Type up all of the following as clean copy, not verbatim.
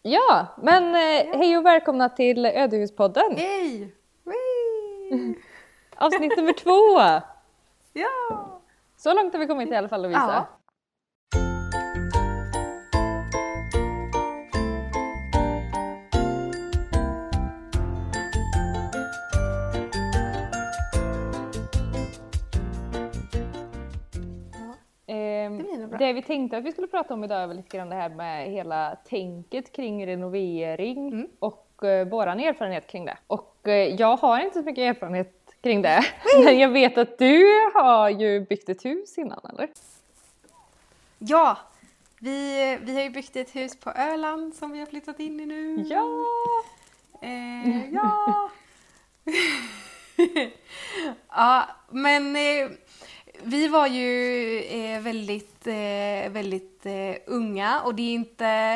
Ja, men hej och välkomna till Ödehuspodden. Hej! Avsnitt nummer 2. Ja! Så långt har vi kommit i alla fall, Lovisa. Ja. Det vi tänkte att vi skulle prata om idag är väl lite grann det här med hela tänket kring renovering och våran erfarenhet kring det. Och jag har inte så mycket erfarenhet kring det, men jag vet att du har ju byggt ett hus innan, eller? Ja, vi har ju byggt ett hus på Öland som vi har flyttat in i nu. Ja! Ja! Ja, men vi var ju väldigt unga och det är inte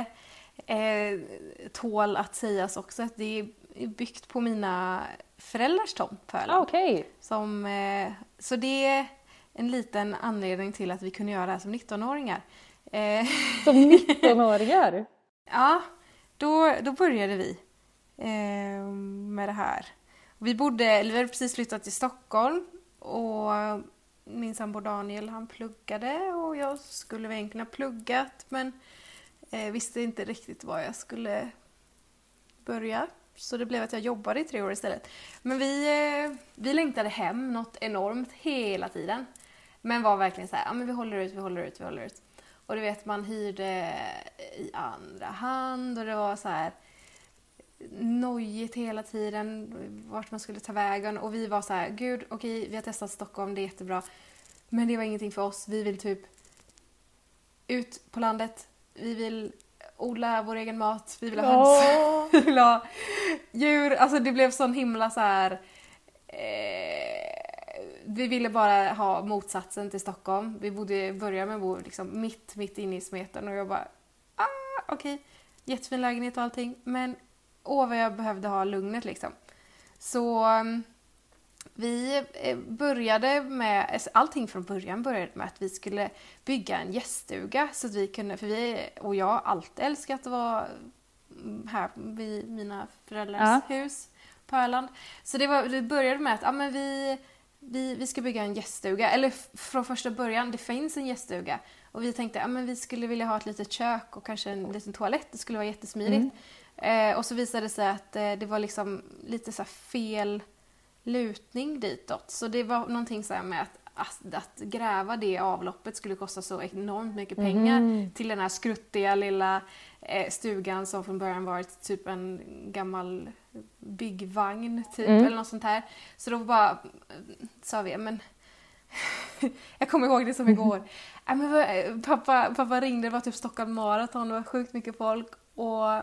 tål att sägas också att det är byggt på mina föräldrars tomt på Öland. Okej. Så det är en liten anledning till att vi kunde göra det här som 19-åringar. Som 19-åringar? Ja, då började vi med det här. Vi hade precis flyttat till Stockholm och min sambo Daniel han pluggade och jag skulle väl egentligen ha pluggat men visste inte riktigt var jag skulle börja. Så det blev att jag jobbade i 3 år istället. Men vi längtade hem något enormt hela tiden. Men var verkligen så här, ja men vi håller ut. Och du vet, man hyrde i andra hand och det var så här nojigt hela tiden vart man skulle ta vägen. Och vi var så här, gud okej, vi har testat Stockholm, det är jättebra. Men det var ingenting för oss. Vi vill typ ut på landet. Vi vill odla vår egen mat. Vi vill ha höns. Vi vill ha djur. Alltså det blev sån himla så här. Vi ville bara ha motsatsen till Stockholm. Vi började med att bo liksom mitt inne i smeten. Och jag bara, okej. Jättefin lägenhet och allting. Men vad jag behövde ha lugnet liksom. Så vi började med, allting från början började med att vi skulle bygga en gäststuga. Så att vi kunde, för jag har alltid älskat att vara här vid mina föräldrars hus på Öland. Så det började med att men vi ska bygga en gäststuga. Eller från första början, det finns en gäststuga. Och vi tänkte men vi skulle vilja ha ett litet kök och kanske en liten toalett. Det skulle vara jättesmidigt. Och så visade det sig att det var liksom lite så här fel lutning ditåt. Så det var någonting så här med att gräva det avloppet skulle kosta så enormt mycket pengar till den här skruttiga lilla stugan som från början varit typ en gammal byggvagn typ eller något sånt här. Så då bara sa vi, men jag kommer ihåg det som igår. Men pappa ringde, det var typ Stockholm Marathon, det var sjukt mycket folk och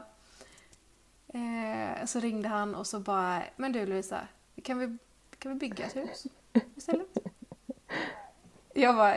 så ringde han och så bara, men du Lovisa, kan vi bygga ett hus istället? Jag bara,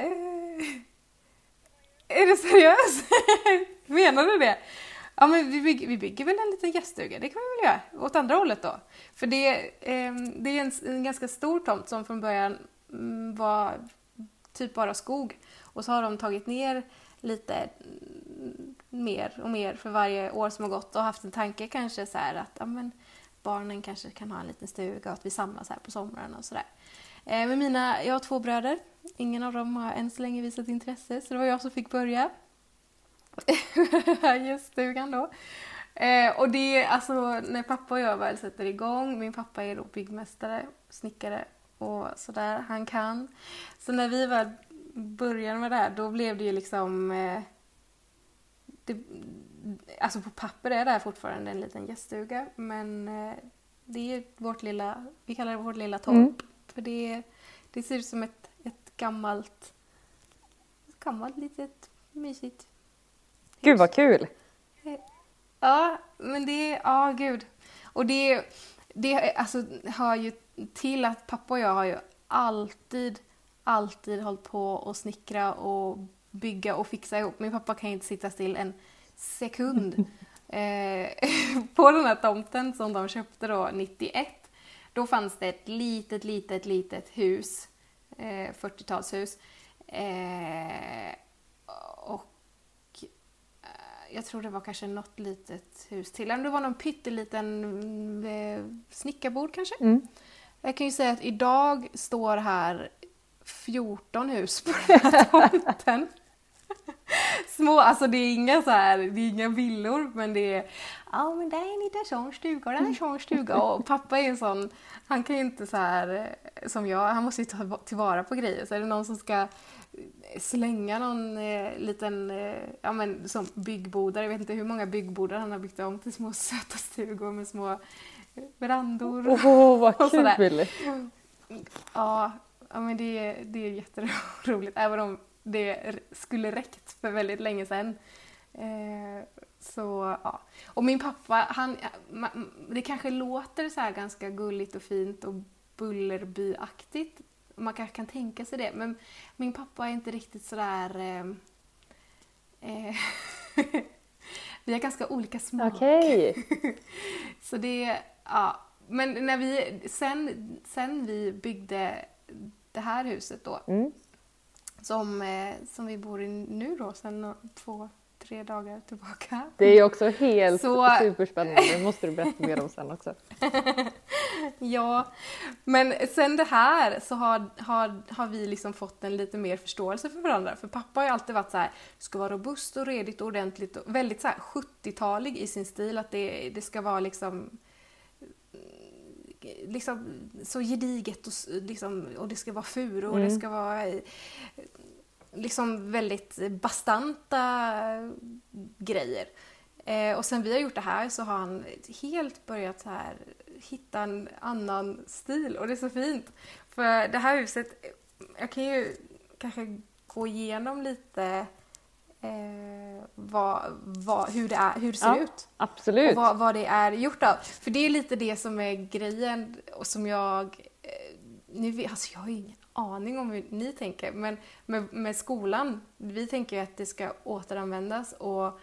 är det seriöst? Menar du det? Ja men vi bygger väl en liten gäststuga, det kan vi väl göra, åt andra hållet då. För det är en ganska stor tomt som från början var typ bara skog. Och så har de tagit ner lite mer och mer för varje år som har gått och haft en tanke kanske så här att barnen kanske kan ha en liten stuga och att vi samlas här på sommaren och sådär. Men jag har 2 bröder. Ingen av dem har än så länge visat intresse så det var jag som fick börja. Just stugan då. Och det är alltså när pappa och jag väl sätter igång. Min pappa är då byggmästare, snickare och sådär. Han kan. Så när vi väl började med det här då blev det ju liksom alltså på papper är det här fortfarande en liten gäststuga men det är vi kallar det vårt lilla torp för det ser ut som ett gammalt litet mysigt hus. Gud vad kul! Ja, men gud. Och det alltså hör ju till att pappa och jag har ju alltid hållit på och snickra och bygga och fixa ihop. Min pappa kan inte sitta still en sekund. På den här tomten som de köpte då 91. Då fanns det ett litet hus. 40-talshus. Och jag tror det var kanske något litet hus till. Eller det var någon pytteliten snickarbord kanske. Jag kan ju säga att idag står här 14 hus på den här tomten. Små, alltså det är inga så här, det är inga villor, men det är men det är en liten sån stuga och det är en sån stuga. Och pappa är en sån, han kan ju inte så här som jag, han måste ju ta tillvara på grejer. Så är det någon som ska slänga någon liten som byggbodar, jag vet inte hur många byggbodar han har byggt om till små söta stugor med små verandor. Vad kul! Ja, men det är jätteroligt, även om det skulle räckt för väldigt länge sedan. Så ja. Och min pappa, det kanske låter så här ganska gulligt och fint och Bullerbyaktigt. Man kanske kan tänka sig det, men min pappa är inte riktigt sådär... vi har ganska olika smak. Okej. Så det, ja. Men när sen vi byggde det här huset då, som vi bor i nu då, sen 2-3 dagar tillbaka. Det är också helt superspännande, det måste du berätta mer om sen också. Ja, men sen det här så har vi liksom fått en lite mer förståelse för varandra. För pappa har ju alltid varit så här, ska vara robust och redigt och ordentligt och väldigt så här 70-talig i sin stil, att det ska vara liksom så gediget och det ska vara furu och det ska vara liksom väldigt bastanta grejer. Och sen vi har gjort det här så har han helt börjat så här hitta en annan stil och det är så fint. För det här huset, jag kan ju kanske gå igenom lite hur det ser ut. Absolut. Och vad det är gjort av. För det är lite det som är grejen och som jag jag har ingen aning om hur ni tänker, men med skolan, vi tänker ju att det ska återanvändas och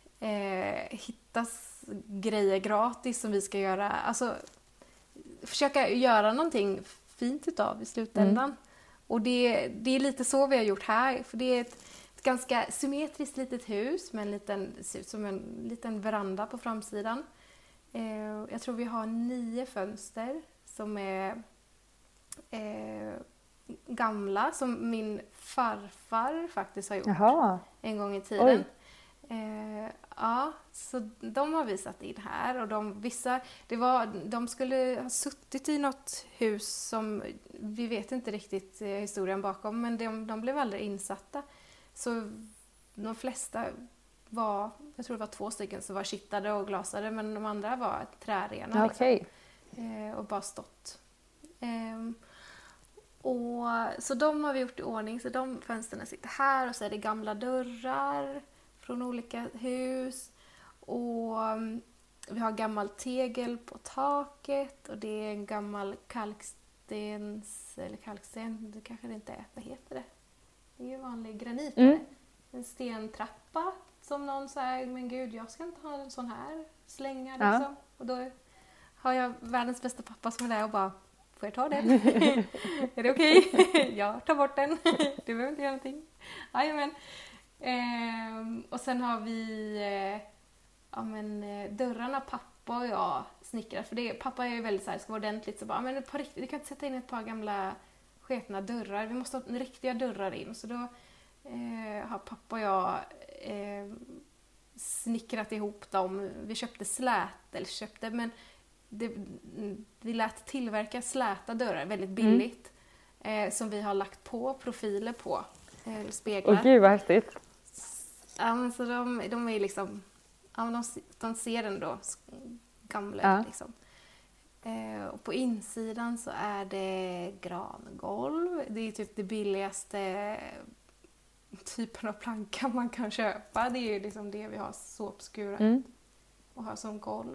hittas grejer gratis som vi ska göra, alltså försöka göra någonting fint utav i slutändan. Och det är lite så vi har gjort här, för det är ett ganska symmetriskt litet hus med det ser ut som en liten veranda på framsidan. Jag tror vi har 9 fönster som är gamla, som min farfar faktiskt har gjort en gång i tiden. Ja, så de har vi satt in här och de skulle ha suttit i något hus som vi vet inte riktigt historien bakom, men de blev aldrig insatta. Så de flesta var, jag tror det var 2 stycken som var kittade och glasade, men de andra var trärena liksom. Och bara stått. Och så de har vi gjort i ordning, så de fönsterna sitter här och så är det gamla dörrar från olika hus och vi har gammal tegel på taket och det är en gammal kalksten, det kanske det inte är, vad heter det? Det är ju vanlig granit. En stentrappa som någon säger, men gud, jag ska inte ha en sån här slänga liksom. Och då har jag världens bästa pappa som är där och bara, får jag ta den? Är det okej? Jag tar bort den. Du behöver inte göra någonting. Jajamän. Och sen har vi dörrarna pappa och jag snickrar. För pappa är ju väldigt så här, ska vara ordentligt. Så bara, men på riktigt, du kan inte sätta in ett par gamla sketna dörrar. Vi måste ha riktiga dörrar in. Så då har pappa och jag snickrat ihop dem. Vi köpte men vi lät tillverka släta dörrar väldigt billigt. Som vi har lagt på profiler på. Speglar. Åh gud vad häftigt. Ja, men så de är liksom, de ser ändå gamla liksom. Och på insidan så är det grangolv. Det är typ det billigaste typen av planka man kan köpa. Det är liksom det vi har såpskurat och har som golv.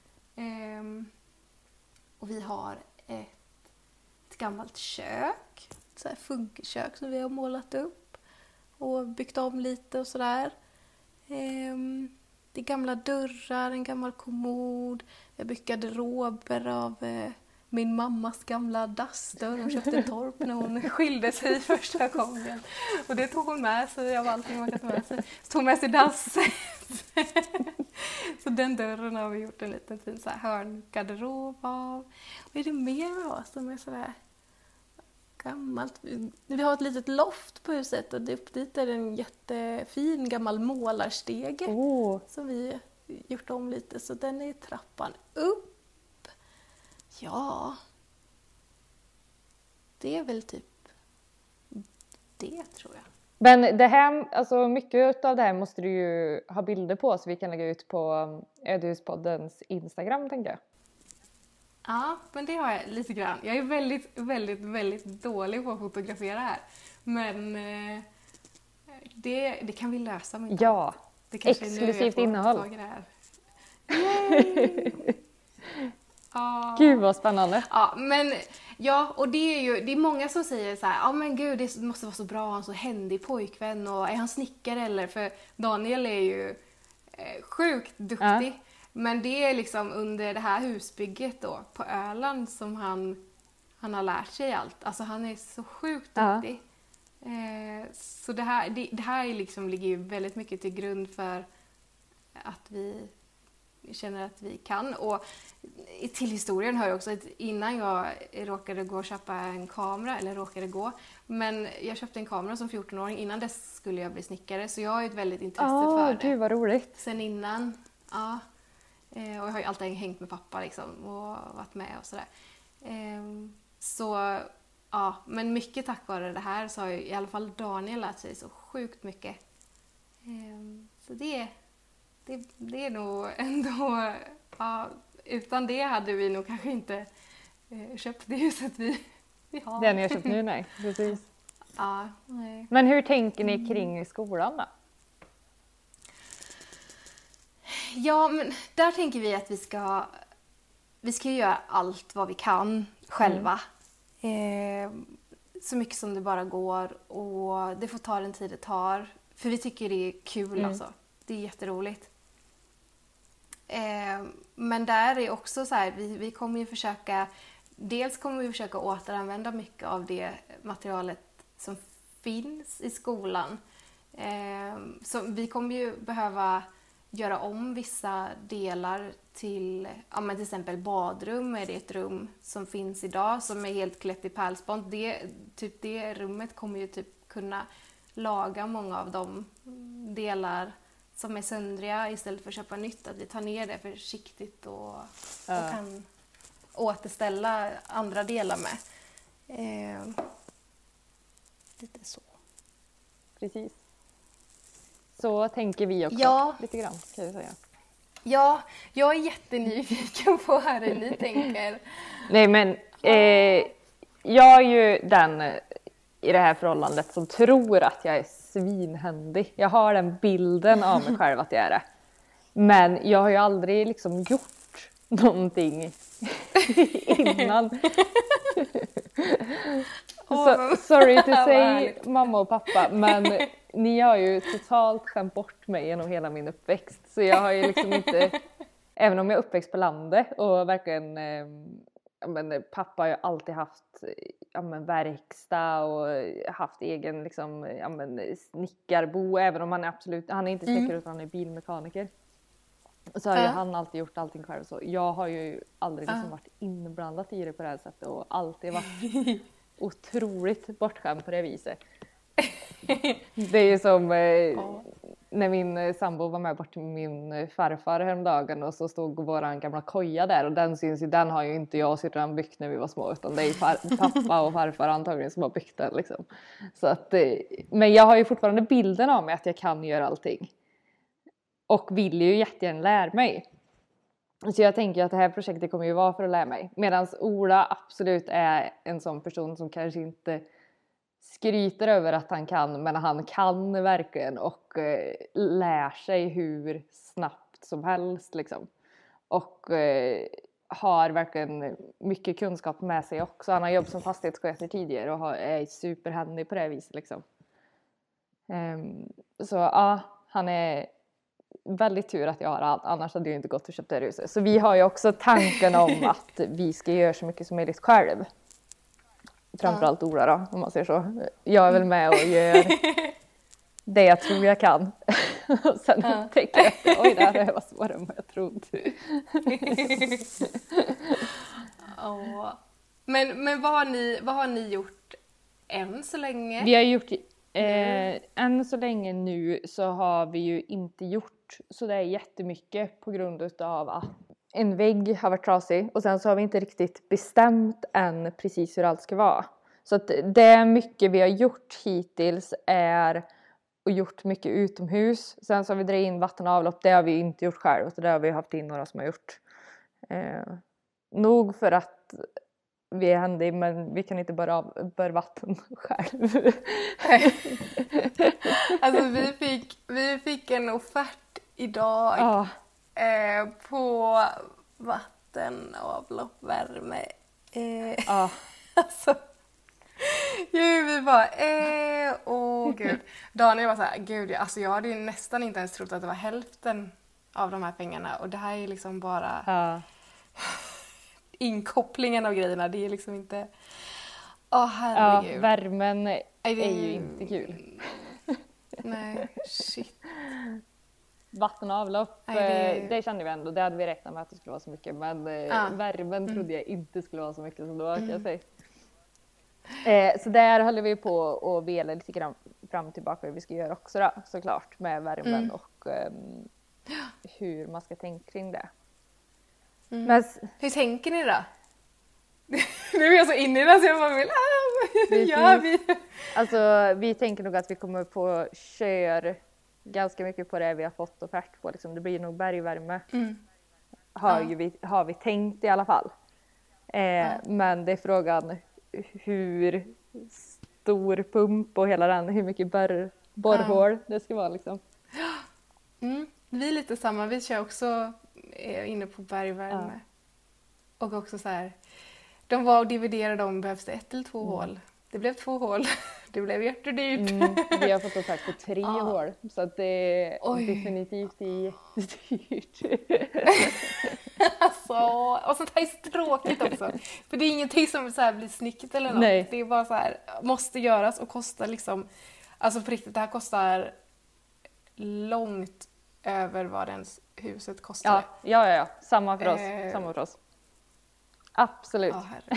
Och vi har ett gammalt kök, ett så här funkkök som vi har målat upp och byggt om lite och sådär. Det är gamla dörrar, en gammal kommod. Jag byggt garderober av min mammas gamla dassdörr. Hon köpte torp när hon skilde sig första gången. Och det tog hon med sig av allting man kan ta med sig. Så tog med sig Så den dörren har vi gjort en liten fin så här hörngarderob av. Vad är det mer vi har som är sådär gammalt? Vi har ett litet loft på huset och upp dit är det en jättefin gammal målarstege som vi gjort om lite, så den är i trappan upp. Ja, det är väl typ det, tror jag. Men det här, alltså mycket av det här måste du ju ha bilder på så vi kan lägga ut på Ödehuspoddens Instagram, tänker jag. Ja, men det har jag lite grann. Jag är väldigt, väldigt, väldigt dålig på att fotografera här. Men det kan vi lösa med. Ja, det exklusivt innehåll. Ja. Gud vad spännande. Ja, men ja, och det är många som säger så här, ja men gud, det måste vara så bra, han är så händig pojkvän, och är han snickare eller? För Daniel är ju sjukt duktig. Ja. Men det är liksom under det här husbygget då på Öland som han har lärt sig allt. Alltså han är så sjukt duktig. Så det här liksom ligger ju väldigt mycket till grund för att vi känner att vi kan. Och till historien hör jag också att innan jag råkade gå och köpa en kamera, men jag köpte en kamera som 14-åring. Innan dess skulle jag bli snickare, så jag har ju ett väldigt intresse för det. Gud vad roligt. Sen innan, ja. Och jag har ju alltid hängt med pappa liksom, och varit med och sådär. Så ja, men mycket tack vare det här så har ju i alla fall Daniel lärt sig så sjukt mycket. Så det är nog ändå, ja, utan det hade vi nog kanske inte köpt det huset vi har. Det ni har köpt nu, nej. Precis. Ja, nej. Men hur tänker ni kring skolan då? Ja, men där tänker vi att vi ska göra allt vad vi kan själva. Så mycket som det bara går, och det får ta den tid det tar. För vi tycker det är kul alltså. Det är jätteroligt. Men där är också så här, vi kommer ju försöka, dels kommer vi försöka återanvända mycket av det materialet som finns i skolan. Så vi kommer ju behöva göra om vissa delar till, ja men till exempel badrum är det ett rum som finns idag som är helt klätt i pärlspont. Det rummet kommer ju typ kunna laga många av de delar som är söndriga istället för att köpa nytt. Att vi tar ner det försiktigt och kan återställa andra delar med. Lite så. Precis. Så tänker vi också lite grann, kan jag säga. Ja, jag är jättenyfiken på hur ni tänker. Nej, men jag är ju den i det här förhållandet som tror att jag är svinhändig. Jag har den bilden av mig själv att jag är det. Men jag har ju aldrig liksom gjort någonting innan. Sorry to say, mamma och pappa, men ni har ju totalt skämt bort mig genom hela min uppväxt. Så jag har ju liksom inte, även om jag är uppväxt på landet och verkligen, men pappa har ju alltid haft verkstad och haft egen liksom, snickarbo, även om han är inte snickare utan han är bilmekaniker. Så har ju han alltid gjort allting själv. Så jag har ju aldrig liksom varit inblandat i det på det här sättet och alltid varit otroligt bortskämd på det viset. Det är ju som när min sambo var med bort till min farfar häromdagen och så stod våran gamla koja där, och den har ju inte jag och syrran byggt när vi var små, utan det är pappa och farfar antagligen som har byggt den liksom. Så att, men jag har ju fortfarande bilden av mig att jag kan göra allting. Och vill ju jättegärna lära mig. Så jag tänker att det här projektet kommer ju vara för att lära mig. Medan Ola absolut är en sån person som kanske inte skryter över att han kan. Men han kan verkligen och lär sig hur snabbt som helst liksom. Och har verkligen mycket kunskap med sig också. Han har jobbat som fastighetsskötare tidigare och är superhändig på det viset liksom. Så ja, han är väldigt tur att jag har allt, annars hade jag inte gått och köpt det här huset. Så vi har ju också tanken om att vi ska göra så mycket som möjligt själv. Framförallt Ola då, om man säger så. Jag är väl med och det jag tror jag kan. Och sen upptäcker jag att oj, det här var svårare än vad jag trodde. Men vad har ni gjort än så länge? Vi har gjort, än så länge nu så har vi ju inte gjort så det är jättemycket på grund utav att en vägg har varit trasig och sen så har vi inte riktigt bestämt än precis hur allt ska vara. Så att det mycket vi har gjort hittills är och gjort mycket utomhus. Sen så har vi dragit in vatten och avlopp, det har vi inte gjort själv så det har vi haft in några som har gjort. Nog för att vi är händiga men vi kan inte börja vatten själv. Alltså vi fick en offert idag på vatten, avlopp, värme. Alltså, vi bara, gud. Daniel var så här, gud, alltså jag hade ju nästan inte ens trott att det var hälften av de här pengarna. Och det här är liksom bara inkopplingen av grejerna. Det är liksom inte, herregud. Ja, värmen är ju inte kul. Nej, shit. Vatten och avlopp, det kände vi ändå. Det hade vi räknat med att det skulle vara så mycket. Men värmen trodde jag inte skulle vara så mycket som det var, kan jag säga. Så där håller vi på och vela lite grann fram och tillbaka hur vi ska göra också då, såklart. Med värmen och hur man ska tänka kring det. Men, hur tänker ni då? Nu är jag så inne i det så jag bara vill, hur gör vi? Alltså vi tänker nog att vi kommer på kör ganska mycket på det vi har fått offert på. Liksom. Det blir nog bergvärme. Har vi tänkt i alla fall. Men det är frågan hur stor pump och hela den, hur mycket borrhål det ska vara liksom. Vi är lite samma, vi kör också inne på bergvärme. Och också så här, de var och dividerade om behövs det 1 eller 2 hål. Det blev 2 hål. Det blev jättedyrt. Vi har fått offert på 3 hål. Så att det är definitivt jättedyrt. Alltså, och sånt här är så tråkigt också. För det är ingenting som så här blir snicket eller något. Nej. Det är bara så här, måste göras och kostar liksom, alltså på riktigt, det här kostar långt över vad ens huset kostar. Ja. Samma för oss. Absolut.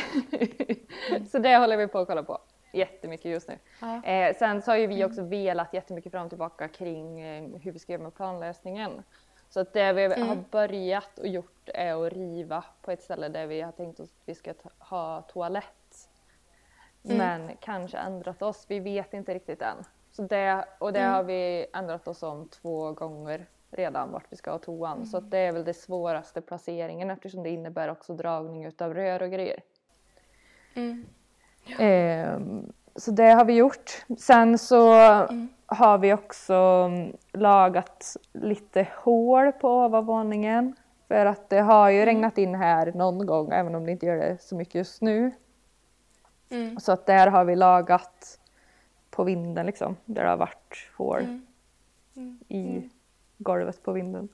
Så det håller vi på att kolla på jättemycket just nu. Sen så har ju vi också velat jättemycket fram och tillbaka kring hur vi ska göra med planlösningen. Så att det vi har börjat och gjort är att riva på ett ställe där vi har tänkt oss att vi ska ha toalett. Men kanske ändrat oss. Vi vet inte riktigt än. Så det har vi ändrat oss om 2 gånger redan vart vi ska ha toan. Så att det är väl det svåraste placeringen eftersom det innebär också dragning utav rör och grejer. Så det har vi gjort. Sen så har vi också lagat lite hål på övervåningen. För att det har ju regnat in här någon gång, även om det inte gör det så mycket just nu. Så att där har vi lagat på vinden liksom. Där det har varit hål i golvet på vinden.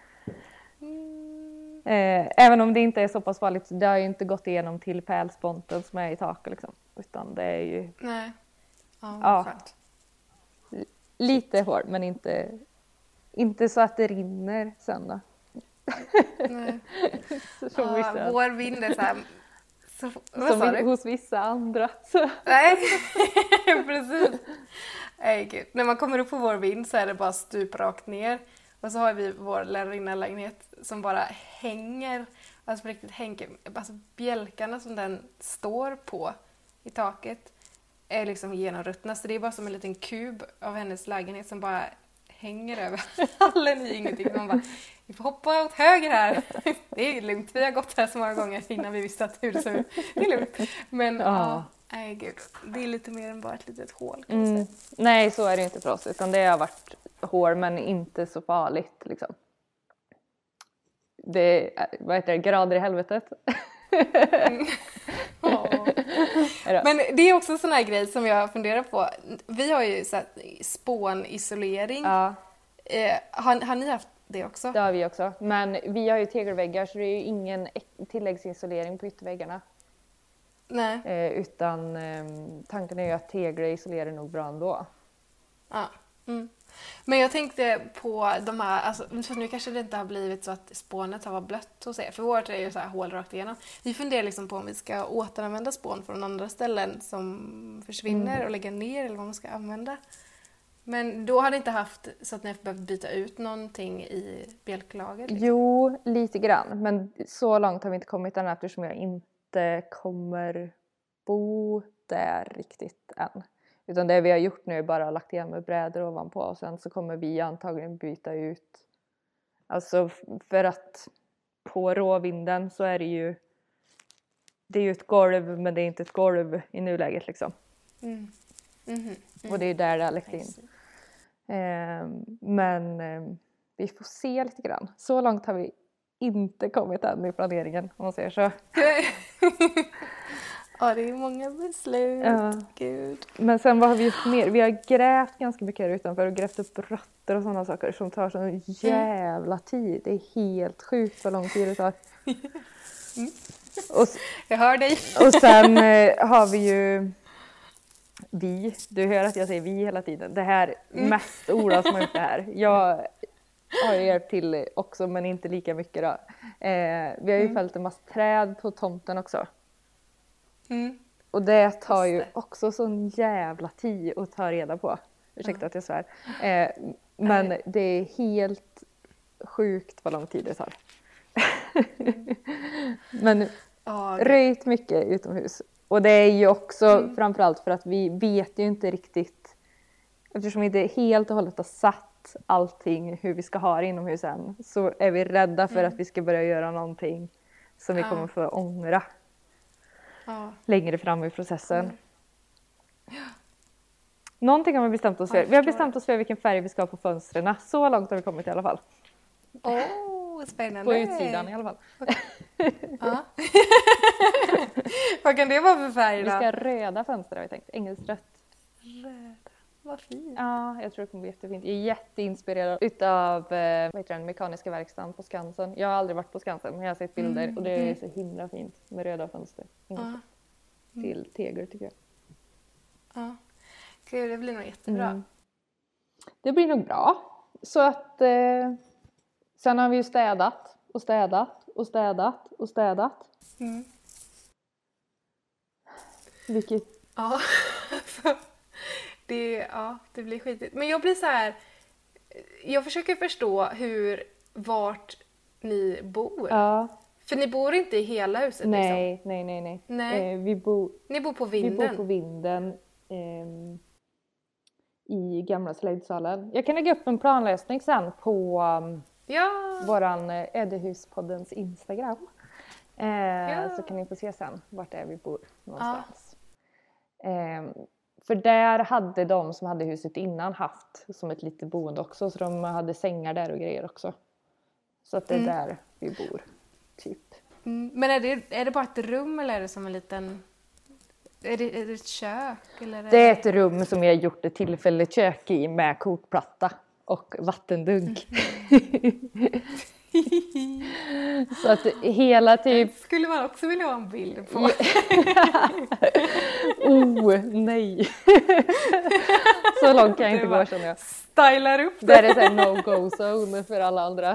Även om det inte är så pass farligt, det har ju inte gått igenom till pälsponten som är i taket liksom. Utan det är ju... Nej. Skönt. Lite hård, men inte så att det rinner sen då. Nej. Vår vind är så här... Som hos vissa andra. Så. Nej, precis. Nej, gud. När man kommer upp på vår vind så är det bara stup rakt ner. Och så har vi vår lärarinnelägenhet som bara hänger, alltså på riktigt hänger, alltså bjälkarna som den står på i taket är liksom genomruttna. Så det är bara som en liten kub av hennes lägenhet som bara hänger över hallen i ingenting. Man bara, vi får hoppa åt höger här. Det är lugnt, vi har gått här så många gånger innan vi visste att huset såg ut. Det är lugnt. Men nej gud, det är lite mer än bara ett litet hål. Nej, så är det inte för oss. Utan det har varit hål men inte så farligt liksom. Det är, grader i helvetet. Men det är också en sån här grej som jag funderar på. Vi har ju så här spånisolering. Har ni haft det också? Det har vi också. Men vi har ju tegelväggar så det är ju ingen tilläggsisolering på ytterväggarna. Nej. Utan tanken är ju att tegel isolerar nog bra ändå. Men jag tänkte på de här, alltså, för nu kanske det inte har blivit så att spånet har varit blött hos er. För vårt är ju så här hål rakt igenom. Vi funderar liksom på om vi ska återanvända spån från andra ställen som försvinner och lägga ner eller vad man ska använda. Men då har ni inte haft så att ni har behövt byta ut någonting i bjälklaget? Liksom. Jo, lite grann. Men så långt har vi inte kommit än eftersom jag inte kommer bo där riktigt än. Utan det vi har gjort nu är bara lagt igen med brädor ovanpå och sen så kommer vi antagligen byta ut. Alltså för att på råvinden så är det är ju ett golv men det är inte ett golv i nuläget liksom. Och det är där det har läckt in. Men vi får se lite grann. Så långt har vi inte kommit än i planeringen om man säger så. Ja, det är många beslut. Gud. Men sen vad har vi gjort mer? Vi har grävt ganska mycket här utanför och grävt upp rötter och sådana saker som tar så jävla tid. Det är helt sjukt vad lång tid det tar. Jag hör dig. Och sen har vi ju du hör att jag säger vi hela tiden. Det här mest Ola som har gjort det här. Jag har ju hjälpt till också men inte lika mycket då. Vi har ju fällt en massa träd på tomten också. Och det tar ju också sån jävla tid att ta reda på. Ursäkta att jag svär. Men det är helt sjukt vad lång tid det tar. Men röjt mycket utomhus. Och det är ju också framförallt för att vi vet ju inte riktigt. Eftersom vi inte helt och hållet har satt allting hur vi ska ha det inomhus än. Så är vi rädda för att vi ska börja göra någonting som vi kommer få ångra. Längre fram i processen. Någonting har vi bestämt oss för. Vi har bestämt oss för vilken färg vi ska ha på fönstren. Så långt har vi kommit i alla fall. Spännande. På utsidan i alla fall. Vad kan det vara för färg då? Vi ska ha röda fönster har vi tänkt. Engelsrött. Röda. Vad fint. Ja, jag tror det kommer bli jättefint. Jag är jätteinspirerad utav mekaniska verkstaden på Skansen. Jag har aldrig varit på Skansen men jag har sett bilder och det är så himla fint med röda fönster. Till tegel tycker jag. Ja. Gud, det blir nog jättebra. Det blir nog bra. Så att sen har vi ju städat och städat och städat och städat. Vilket... Ja, det blir skitigt. Men jag blir så här. Jag försöker förstå vart ni bor. Ja. För ni bor inte i hela huset nej, liksom? Nej. Ni bor på vinden? Vi bor på vinden i gamla slöjdsalen. Jag kan lägga upp en planlösning sen på våran Ödehuspoddens Instagram. Så kan ni få se sen vart det är vi bor någonstans. För där hade de som hade huset innan haft som ett litet boende också. Så de hade sängar där och grejer också. Så att det är där vi bor, typ. Men är det bara ett rum eller är det som en liten... Är det ett kök? Eller det är ett rum som jag gjort ett tillfälligt kök i med kokplatta och vattendunk. Så att hela typ... Skulle man också vilja ha en bild på? Nej. Så långt kan jag inte gå känner jag. Stylar upp det. Det är en no-go zone för alla andra.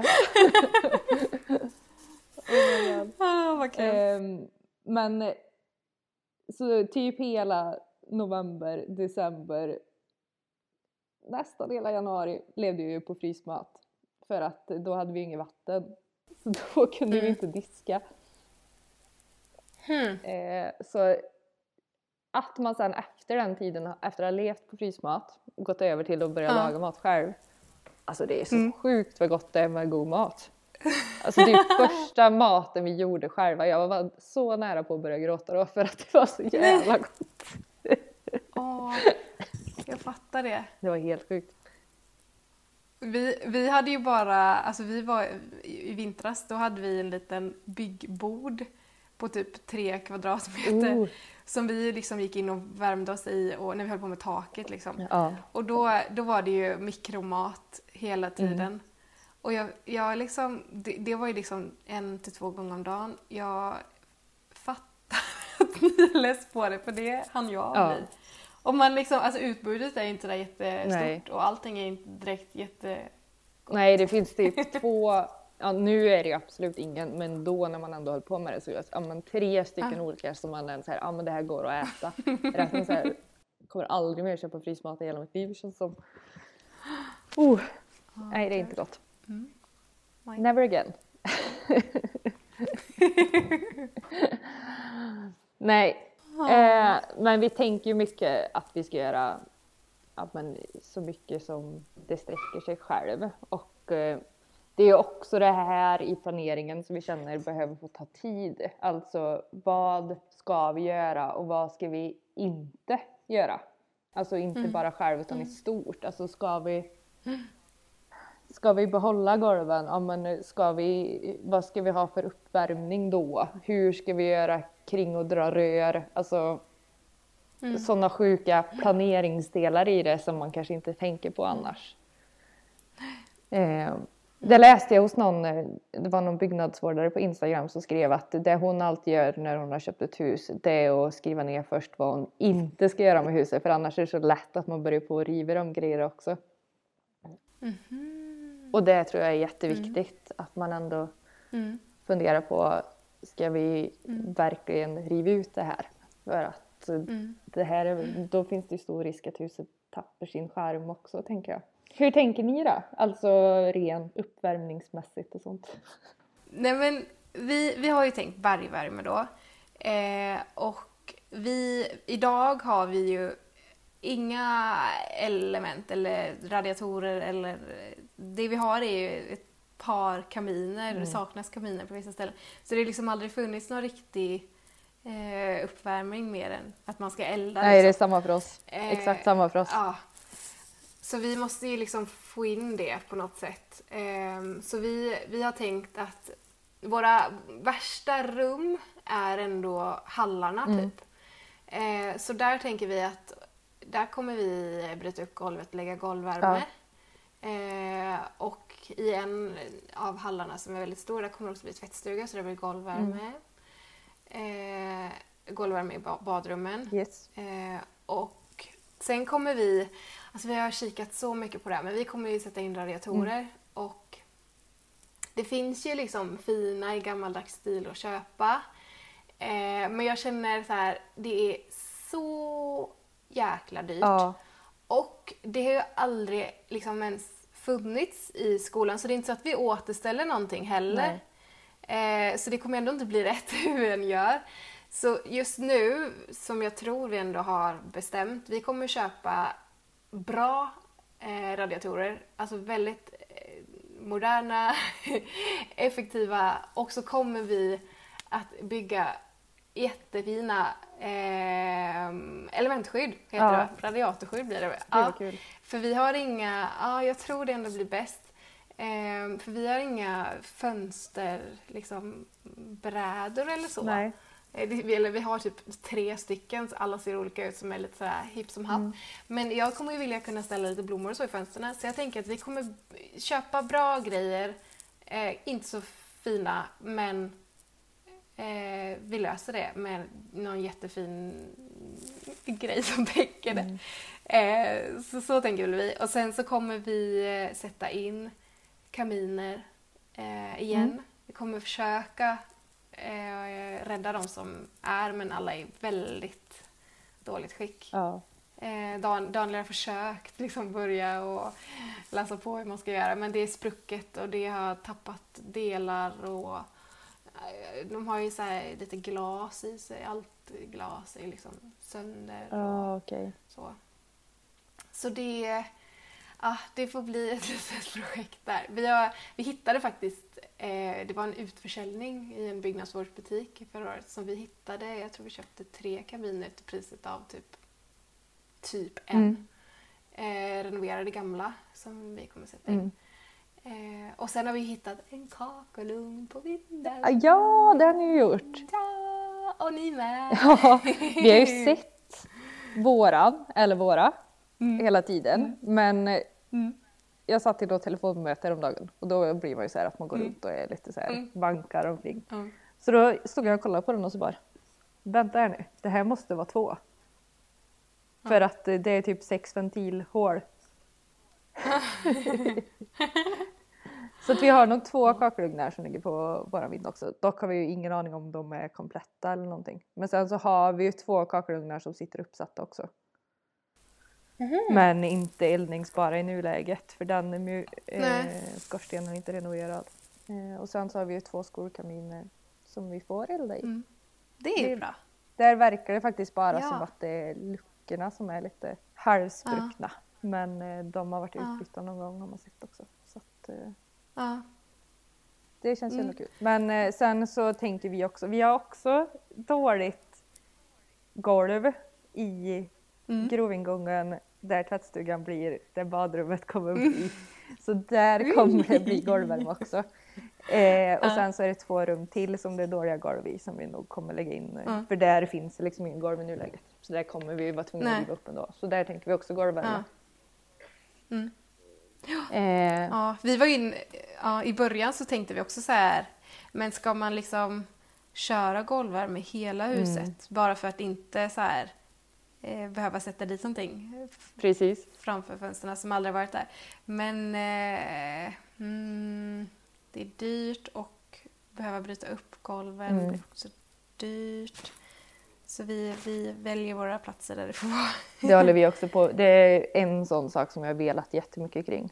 Vad kul. Men så typ hela november, december, nästan hela januari levde jag ju på frysmat. För att då hade vi inget vatten. Så då kunde vi inte diska. Så att man sen efter den tiden, efter att ha levt på frysmat, gått över till att börja laga mat själv. Alltså det är så sjukt vad gott det är med god mat. Alltså det är första maten vi gjorde själva. Jag var så nära på att börja gråta då för att det var så jävla gott. Jag fattar det. Det var helt sjukt. Vi hade ju bara, alltså vi var i vintras, då hade vi en liten byggbord på typ 3 kvadratmeter som vi liksom gick in och värmde oss i och när vi höll på med taket liksom. Och då var det ju mikromat hela tiden. Och jag liksom, det var ju liksom 1 till 2 gånger om dagen. Jag fattar att ni är less på det, för det hann jag bli. Och man liksom, alltså utbudet är inte där jättestort. Nej. Och allting är inte direkt jättegott. Nej, det finns typ 2, ja, nu är det absolut ingen, men då när man ändå höll på med det så ja, men 3 stycken olika som man är så här, ja men det här går att äta. Resten så här, kommer aldrig mer köpa frysmat i hela mitt liv, känns som. Nej, det är inte gott. Never again. Nej, men vi tänker ju mycket att vi ska göra så mycket som det sträcker sig själv. Och det är också det här i planeringen som vi känner behöver få ta tid. Alltså vad ska vi göra och vad ska vi inte göra? Alltså inte bara själv utan i stort. Alltså ska vi behålla golven? Ja, men vad ska vi ha för uppvärmning då? Hur ska vi göra kring och dra rör? Alltså sådana sjuka planeringsdelar i det som man kanske inte tänker på annars. Det läste jag hos någon, det var någon byggnadsvårdare på Instagram som skrev att det hon alltid gör när hon har köpt ett hus, det är att skriva ner först vad hon inte ska göra med huset. För annars är det så lätt att man börjar på att riva de grejer också. Och det tror jag är jätteviktigt, att man ändå funderar på, ska vi verkligen riva ut det här? För att det här, då finns det stor risk att huset tappar sin charm också, tänker jag. Hur tänker ni då? Alltså rent uppvärmningsmässigt och sånt. Nej, men vi har ju tänkt bergvärme då. Och idag har vi ju inga element eller radiatorer eller det vi har är ju ett par kaminer. Det saknas kaminer på vissa ställen. Så det har liksom aldrig funnits någon riktig uppvärmning mer än att man ska elda. Nej, det är samma för oss. Exakt samma för oss. Ja. Så vi måste ju liksom få in det på något sätt. Så vi har tänkt att våra värsta rum är ändå hallarna typ. Så där tänker vi att där kommer vi bryta upp golvet, lägga golvvärme. Och i en av hallarna som är väldigt stor, där kommer det också bli tvättstuga, så det blir golvvärme. Golvvärme i badrummen. Yes. Och sen kommer vi, alltså vi har kikat så mycket på det här, men vi kommer ju sätta in radiatorer. Och det finns ju liksom fina i gammaldags stil att köpa. Men jag känner så här, det är så jäkla dyrt. Ja. Och det har ju aldrig liksom ens funnits i skolan, så det är inte så att vi återställer någonting heller. Så det kommer ändå inte bli rätt hur vi än gör. Så just nu, som jag tror vi ändå har bestämt, vi kommer köpa bra radiatorer, alltså väldigt moderna, effektiva, och så kommer vi att bygga jättefina elementskydd, heter det. Radiatorskydd blir det. Det kul. För vi har inga, jag tror det ändå blir bäst. För vi har inga fönster, liksom brädor eller så. Nej. Vi har typ 3 stycken, så alla ser olika ut, som är lite sådär hipp som happ. Men jag kommer ju vilja kunna ställa lite blommor och så i fönsterna. Så jag tänker att vi kommer köpa bra grejer. Inte så fina, men vi löser det med någon jättefin grej som täcker det. Så tänker vi. Och sen så kommer vi sätta in kaminer igen. Vi kommer försöka rädda de som är, men alla är väldigt dåligt skick. Daniel har försökt liksom börja och läsa på hur man ska göra, men det är sprucket och det har tappat delar, och de har ju så här lite glas i sig, allt glas är liksom sönder och så det får bli ett litet projekt där. Vi hittade faktiskt, det var en utförsäljning i en byggnadsvårdsbutik förra året som vi hittade. Jag tror vi köpte 3 kabiner till priset av typ en. Renoverade gamla som vi kommer sätta in. Och sen har vi hittat en kakelugn på vinden. Ja, det har ni gjort. Ja, och ni med. Ja, vi har ju sett våra hela tiden. Men jag satt i då telefonmöte om dagen, och då blir man ju så här att man går runt och är lite så här bankar omkring. Så då stod jag och kollade på den och så bara, vänta här nu, det här måste vara 2. För att det är typ 6 ventilhål. Så att vi har nog 2 kakelugnar som ligger på våran vind också. Dock har vi ju ingen aning om de är kompletta eller någonting. Men sen så har vi ju 2 kakelugnar som sitter uppsatta också. Men inte eldningsbara i nuläget. För den skorstenen är inte renoverad. Och sen så har vi ju 2 skolkaminer som vi får elda i. Det är ju bra. Där verkar det faktiskt bara som att det är luckorna som är lite halvspruckna. Men de har varit utbytta någon gång har man sett också. Så att, det känns ju kul. Men sen så tänker vi också, vi har också dåligt golv i grovingången där tvättstugan blir, där badrummet kommer bli. Så där kommer det bli golvvärme också. Och sen så är det 2 rum till som det är dåliga golv i som vi nog kommer lägga in. För där finns det liksom ingen golv i nuläget. Så där kommer vi vara tvungna att riva upp ändå. Så där tänker vi också golvvärme. Vi var i början så tänkte vi också så här, men ska man liksom köra golvvärme i hela huset bara för att inte så här behöva sätta dit någonting framför fönsterna som aldrig varit där. Men det är dyrt och behöva bryta upp golven. Det är också dyrt. Så vi väljer våra platser där det får vara. Det håller vi också på. Det är en sån sak som jag har velat jättemycket kring.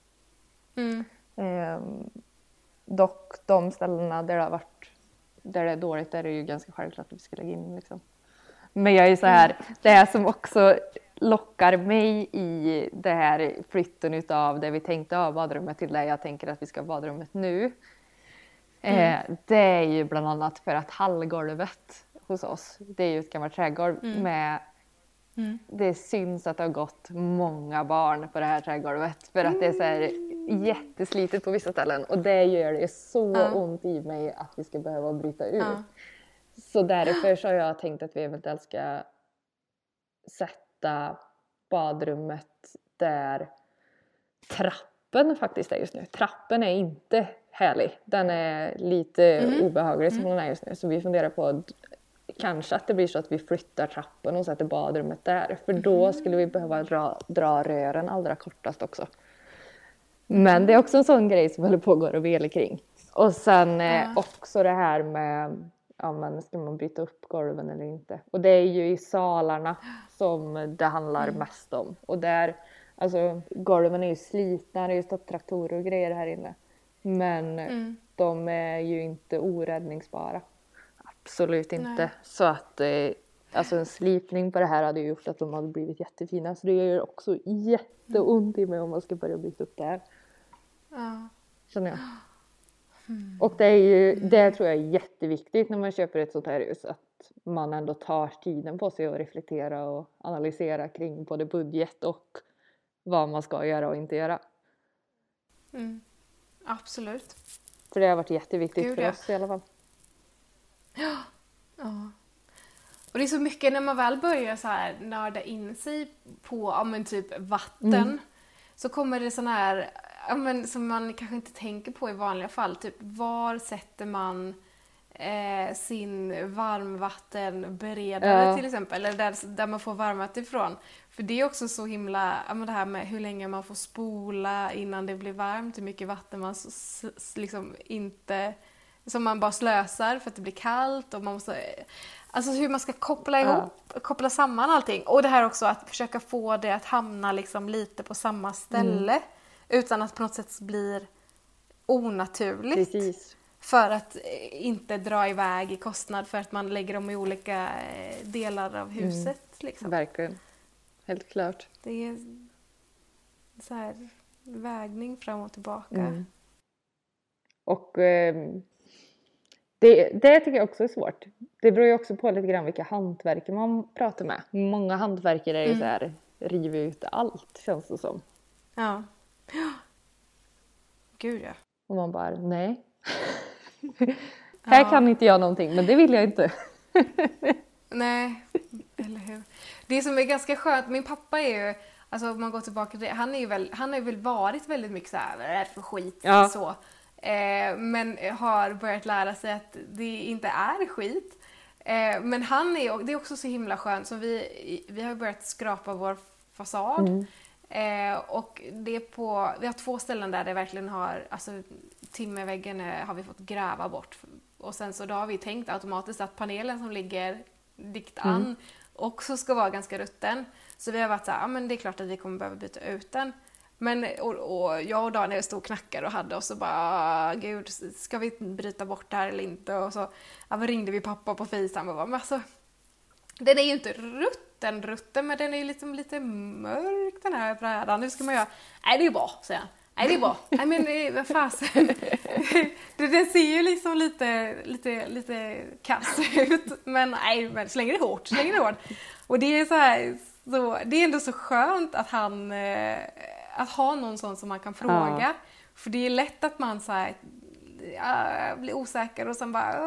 Dock de ställena där det har varit, där det är dåligt, där är det ju ganska självklart att vi ska lägga in liksom. Men jag är så här, det här som också lockar mig i det här flytten utav det vi tänkte ha badrummet till där jag tänker att vi ska ha badrummet nu. Det är ju bland annat för att hallgolvet hos oss, det är ju ett gammalt trädgolv med det syns att det har gått många barn på det här trädgolvet för att det är så här jätteslitet på vissa ställen och det gör det så ont i mig att vi ska behöva bryta ut. Så därför så har jag tänkt att vi eventuellt ska sätta badrummet där trappen faktiskt är just nu. Trappen är inte härlig. Den är lite obehaglig som den är just nu. Så vi funderar på kanske att det blir så att vi flyttar trappen och sätter badrummet där. För då skulle vi behöva dra rören allra kortast också. Men det är också en sån grej som håller på att gå och vela kring. Och sen också det här med men ska man bryta upp golven eller inte. Och det är ju i salarna som det handlar mest om. Och där, alltså golven är ju slitna, det är ju stått traktorer och grejer här inne. Men de är ju inte oräddningsbara. Absolut inte. Nej. Så att alltså en slipning på det här hade ju gjort att de hade blivit jättefina. Så det gör också jätteont i mig om man ska börja bryta upp det här. Känner jag. Och det är ju, det tror jag är jätteviktigt när man köper ett sånt här hus. Att man ändå tar tiden på sig att reflektera och analysera kring både budget och vad man ska göra och inte göra. Absolut. För det har varit jätteviktigt för oss i alla fall. Ja. Och det är så mycket när man väl börjar så här nörda in sig på typ vatten. Så kommer det sån här som man kanske inte tänker på i vanliga fall. Typ var sätter man sin varmvattenberedare till exempel. Eller där man får varmvatten ifrån. För det är också så himla, det här med hur länge man får spola innan det blir varmt. Hur mycket vatten man liksom inte, som man bara slösar för att det blir kallt. Och man måste, alltså hur man ska koppla samman allting. Och det här också att försöka få det att hamna liksom lite på samma ställe. Utan att på något sätt blir onaturligt. Precis. För att inte dra iväg i kostnad för att man lägger dem i olika delar av huset. Liksom. Verkligen. Helt klart. Det är så här vägning fram och tillbaka. Och det tycker jag också är svårt. Det beror ju också på lite grann vilka hantverkare man pratar med. Många hantverkare är ju så här, river ut allt känns det som. Ja. Gud ja. Och man bara, nej. Här kan inte jag någonting, men det vill jag inte. Nej, eller hur. Det som är ganska skönt, min pappa är ju, alltså om man går tillbaka till det, han har ju väl varit väldigt mycket så här för skit så. Men har börjat lära sig att det inte är skit. Men det är också så himla skönt. Så vi har börjat skrapa vår fasad. Och det är vi har 2 ställen där det verkligen har, alltså timmerväggen har vi fått gräva bort. Och sen så då har vi tänkt automatiskt att panelen som ligger dikt an också ska vara ganska rutten. Så vi har varit så här, men det är klart att vi kommer behöva byta ut den. Men och jag och Daniel stod och knackade och hade, och så bara, gud, ska vi bryta bort det här eller inte? Och så ringde vi pappa på FaceTime och bara, men alltså, den är ju inte rutten, men den är ju liksom lite mörk, den här brädan. Nu ska man göra, nej det är bra, säger han. Nej det är bra, nej men vad fasen. Den ser ju liksom lite kass ut, men nej, men slänger det hårt. Och det är så här, så det är ändå så skönt att att ha någon sån som man kan fråga. Ja. För det är lätt att man så här, blir osäker och sen bara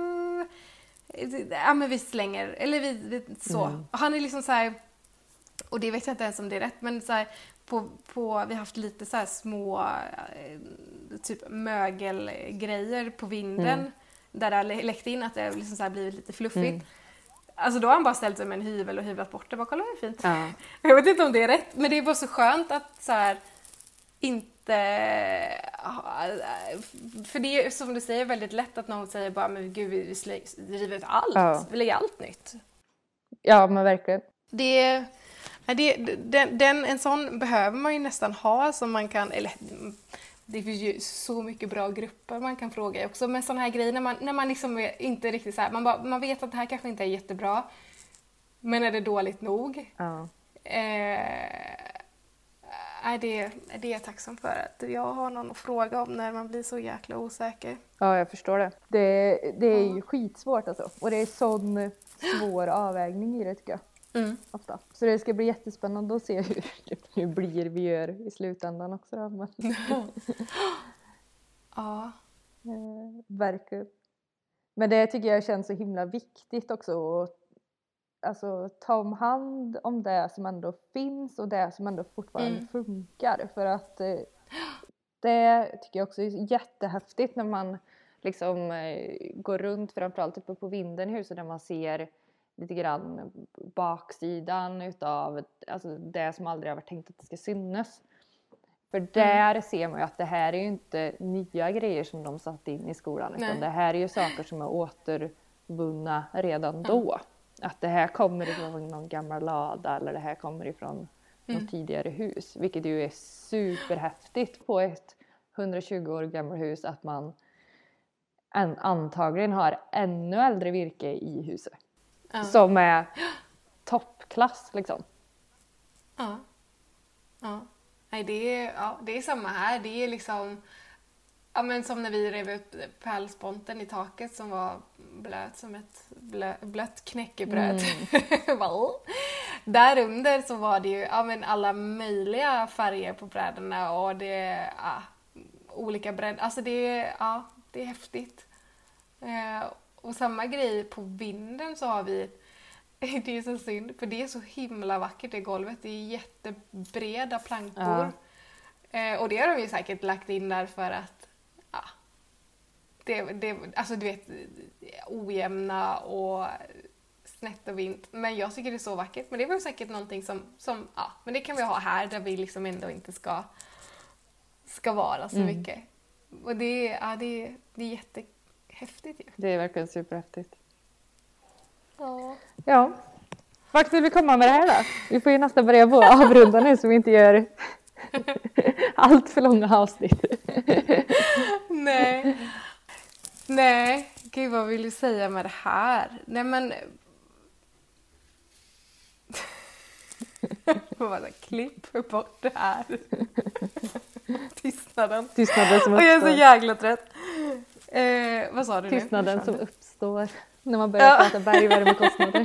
men vi slänger, eller vi så. Och han är liksom så här, och det vet jag inte ens om det är rätt, men så här, vi har haft lite så här små typ mögelgrejer på vinden där det har läckt in, att det liksom så här blivit lite fluffigt. Alltså då har han bara ställt sig med en hyvel och hyvlat bort det. Bara, kolla hur fint. Ja. Jag vet inte om det är rätt, men det är bara så skönt att så här, inte... För det är som du säger väldigt lätt att någon säger bara, men gud, vi river ut allt. Ja. Vi lägger allt nytt. Ja, men verkligen. En sån behöver man ju nästan ha, som man kan... Eller, det finns ju så mycket bra grupper man kan fråga också. Men sådana här grejer när man liksom inte riktigt så här, man vet att det här kanske inte är jättebra. Men är det dåligt nog? Ja. Det är jag tacksam för. Att jag har någon att fråga om när man blir så jäkla osäker. Ja, jag förstår det. Det är ju skitsvårt alltså. Och det är sån svår avvägning i det, tycker jag. Ofta. Så det ska bli jättespännande att se hur blir vi gör i slutändan också då. Men ja. Verkligen. Men det tycker jag känns så himla viktigt också, att alltså ta om hand om det som ändå finns och det som ändå fortfarande funkar, för att det tycker jag också är jättehäftigt när man liksom går runt, framförallt uppe på vinden i huset, där man ser lite grann baksidan utav alltså det som aldrig har varit tänkt att det ska synas. För där ser man ju att det här är ju inte nya grejer som de satt in i skolan, utan det här är ju saker som är återvunna redan då. Att det här kommer ifrån någon gammal lada, eller det här kommer ifrån något tidigare hus. Vilket ju är superhäftigt på ett 120 år gammalt hus, att man antagligen har ännu äldre virke i huset. Som är toppklass liksom. Ja. Nej, det är samma här. Det är liksom, ja, men som när vi rev ut pärlsponten i taket som var blöt som ett blött knäckebröd. Där under så var det ju alla möjliga färger på brädorna, och det olika bredd. Alltså det är häftigt. Och samma grej på vinden så har vi, det är så synd, för det är så himla vackert det golvet. Det är jättebreda plankor. Och det har de ju säkert lagt in där för att alltså du vet, ojämna och snett och vint. Men jag tycker det är så vackert. Men det var säkert någonting som men det kan vi ha här, där vi liksom ändå inte ska vara så mycket. Och det är jättehäftigt ju. Det är verkligen superhäftigt. Ja. Vart vill vi komma med det här då? Vi får ju nästan börja på avrunda nu, så vi inte gör allt för långa avsnitt. Nej, gud, vad vill du säga med det här? Nej, men får bara klipp bort det här. Tystnaden som uppstår. Och jag är så jäkla trött. Vad sa du nu? Tystnaden som uppstår när man börjar prata bergvärmekostnader.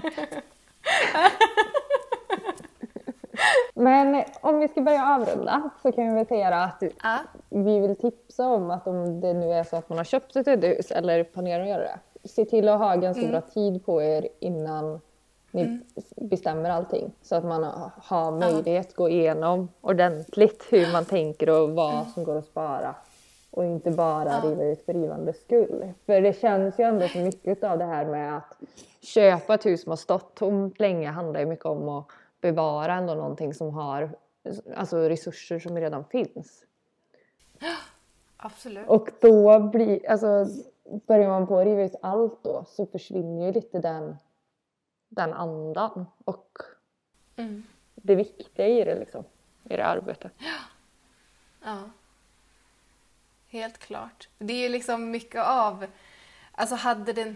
Men om vi ska börja avrunda, så kan vi väl säga att vi vill tipsa om att om det nu är så att man har köpt ett hus eller planerar att göra det, se till att ha ganska bra tid på er innan ni bestämmer allting, så att man har möjlighet att gå igenom ordentligt hur man tänker och vad som går att spara Och inte bara riva ut för rivandets skull. För det känns ju ändå så mycket av det här med att köpa ett hus som har stått tomt länge handlar ju mycket om att bevara ändå någonting som har alltså resurser som redan finns. Absolut. Och då börjar man på att riva ut allt då så försvinner ju lite den andan och det viktiga i det liksom, i det arbetet. Ja. Helt klart. Det är ju liksom mycket av, alltså hade det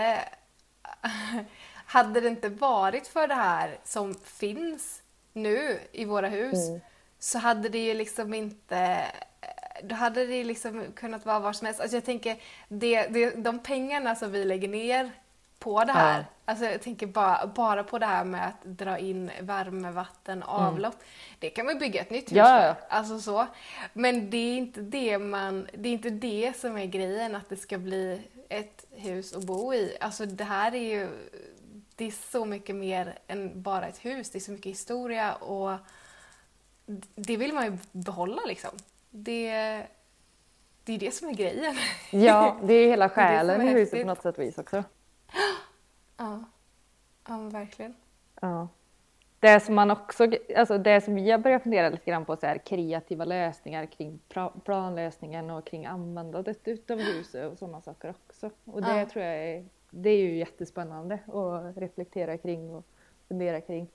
inte varit för det här som finns nu i våra hus så hade det ju liksom inte, då hade det liksom kunnat vara var som helst. Alltså jag tänker, de pengarna som vi lägger ner på det här, alltså jag tänker bara på det här med att dra in värme, vatten, avlopp. Det kan man bygga ett nytt hus för. Alltså så. Men det är inte det som är grejen, att det ska bli ett hus att bo i. Alltså det här är så mycket mer än bara ett hus. Det är så mycket historia och det vill man ju behålla liksom. Det är det som är grejen. Ja, det är hela själen i huset på något sätt vis också. Ja, men verkligen. Ja. Det som man också, alltså det som vi har börjat fundera lite grann på så här kreativa lösningar kring planlösningen och kring användandet utav huset och sådana saker också. Och det tror jag det är ju jättespännande att reflektera kring och fundera kring.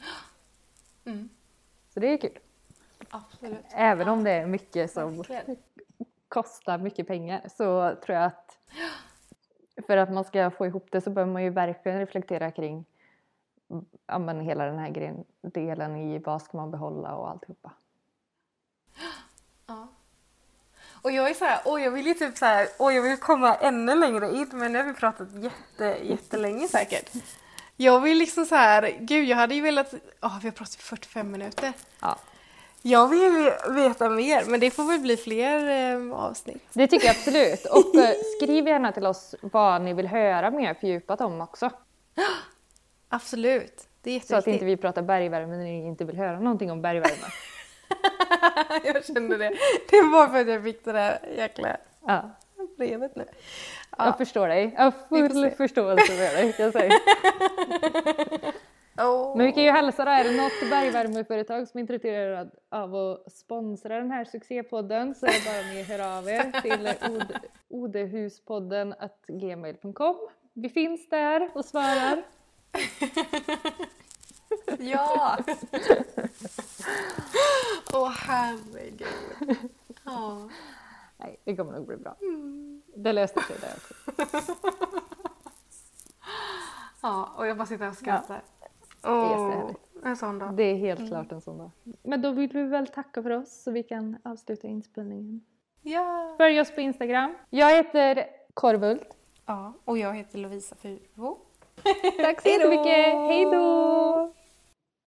Så det är kul. Absolut. Även om det är mycket som kostar mycket pengar så tror jag att för att man ska få ihop det så behöver man ju verkligen reflektera kring hela den här delen i vad ska man behålla och alltihopa. Ja. Och jag är så här, jag vill ju typ så här, jag vill komma ännu längre in, men nu har vi pratat jättelänge säkert. Jag vill liksom så här, gud jag hade ju velat, vi har pratat i 45 minuter. Ja. Jag vill veta mer, men det får väl bli fler avsnitt. Det tycker jag absolut. Och skriv gärna till oss vad ni vill höra mer fördjupat om också. Absolut, det är jätteviktigt. Så att inte vi pratar bergvärme när ni inte vill höra någonting om bergvärme. Jag kände det. Det var för att jag fick det där jäkla brevet nu. Ja. Jag förstår dig. Jag har full förståelse med dig, kan jag säga. Men vi kan ju hälsa då, är det något bergvärmeföretag som är intresserad av att sponsra den här succépodden så är det bara ni hör av er till odehuspodden@gmail.com. Vi finns där och svarar. Ja! Herregud. Nej, det kommer nog bli bra. Det löste sig där också. Och jag bara sitter och skrattar. En sån dag. Det är helt klart en sån dag. Men då vill vi väl tacka för oss så vi kan avsluta inspelningen. Ja! Följ oss på Instagram. Jag heter Korvult. Ja, och jag heter Lovisa Fyrbo. Tack så mycket. Hej då!